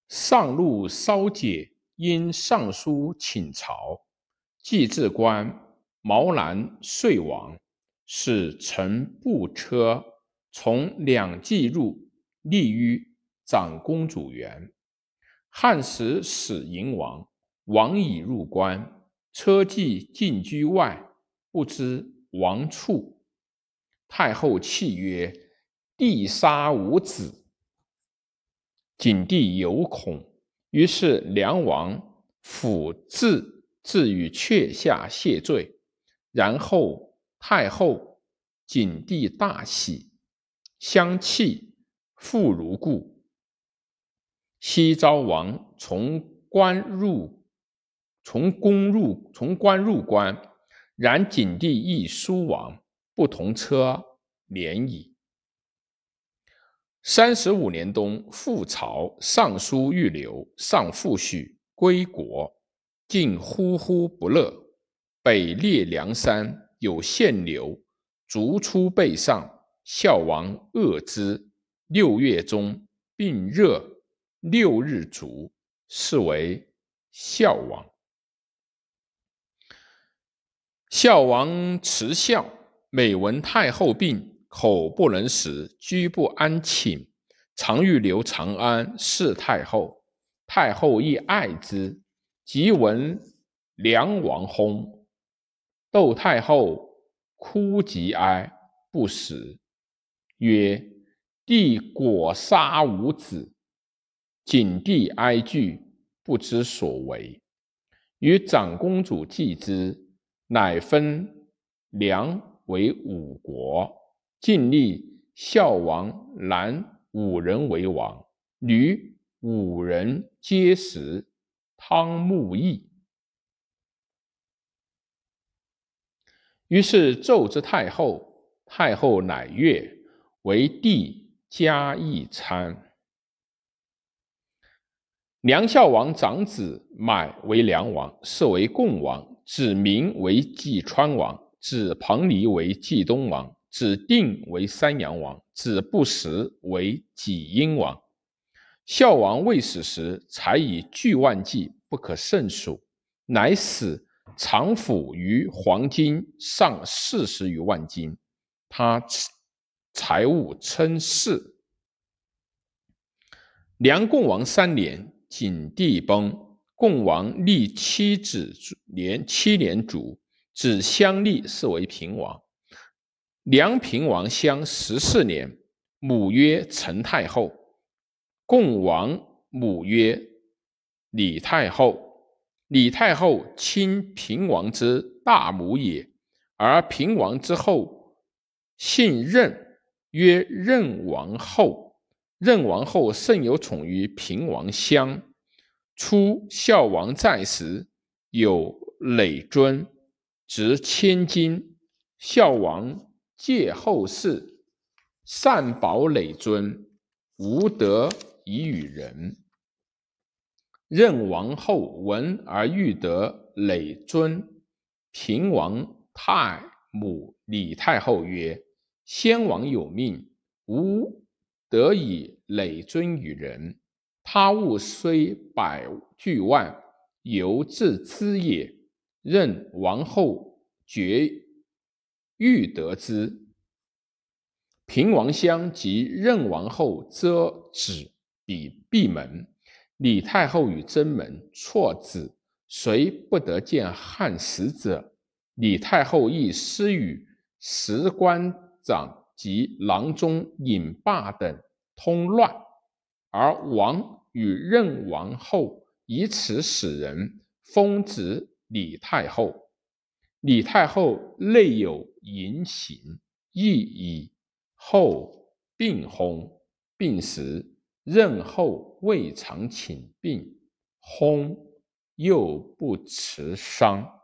上路稍解，因上书请朝。季至官，毛南遂亡，使乘步车从两骑入，立于长公主园。汉时始迎王，王已入关，车骑进居外，不知王处。太后泣曰：“帝杀无子。”景帝有恐，于是梁王府置于阙下谢罪。然后太后、景帝大喜，相弃，复如故。西昭王从关入关，然景帝亦疏王，不同车连矣。35年冬，复朝，上书预留，上父许，归国。竟呼呼不乐。北列梁山，有献流，逐出背上，孝王恶之。6月中，病热，6日卒，是为孝王。孝王慈孝，每闻太后病，口不能食，居不安寝，常欲留长安侍太后。太后亦爱之，即闻梁王薨，窦太后哭极哀，不食，曰：“帝果杀无子。”景帝哀惧，不知所为，与长公主祭之，乃分梁为5国，尽立孝王男5人为王，女5人皆食。汤沐邑。于是奏之太后，太后乃悦，为帝加一餐。梁孝王长子买为梁王，设为共王，子明为济川王，子彭蠡为济东王，子定为山阳王，子不食为济阴王。孝王未死时，才以巨万计，不可胜数，乃使常府于黄金上40余万斤，他财物称世。梁共王3年，景帝崩，共王立妻子年7年卒，子相立，是为平王。梁平王相14年，母曰陈太后，共王母曰李太后。李太后亲平王之大母也，而平王之后姓任，曰任王后。任王后甚有宠于平王乡。初孝王在时，有累尊，值千金。孝王戒后事，善保累尊，无得以与人。任王后闻而欲得累尊，平王太母李太后曰：“先王有命，无得以累尊与人。他物虽百具万，犹自资也。任王后决欲得之。”平王乡及任王后遮止闭门。李太后与真门错子，虽不得见汉使者。李太后亦私与史官长及郎中尹霸等通乱，而王与任王后以此使人，封职李太后。李太后内有淫行，亦以后病薨，病时任后未尝请病，薨又不辞丧。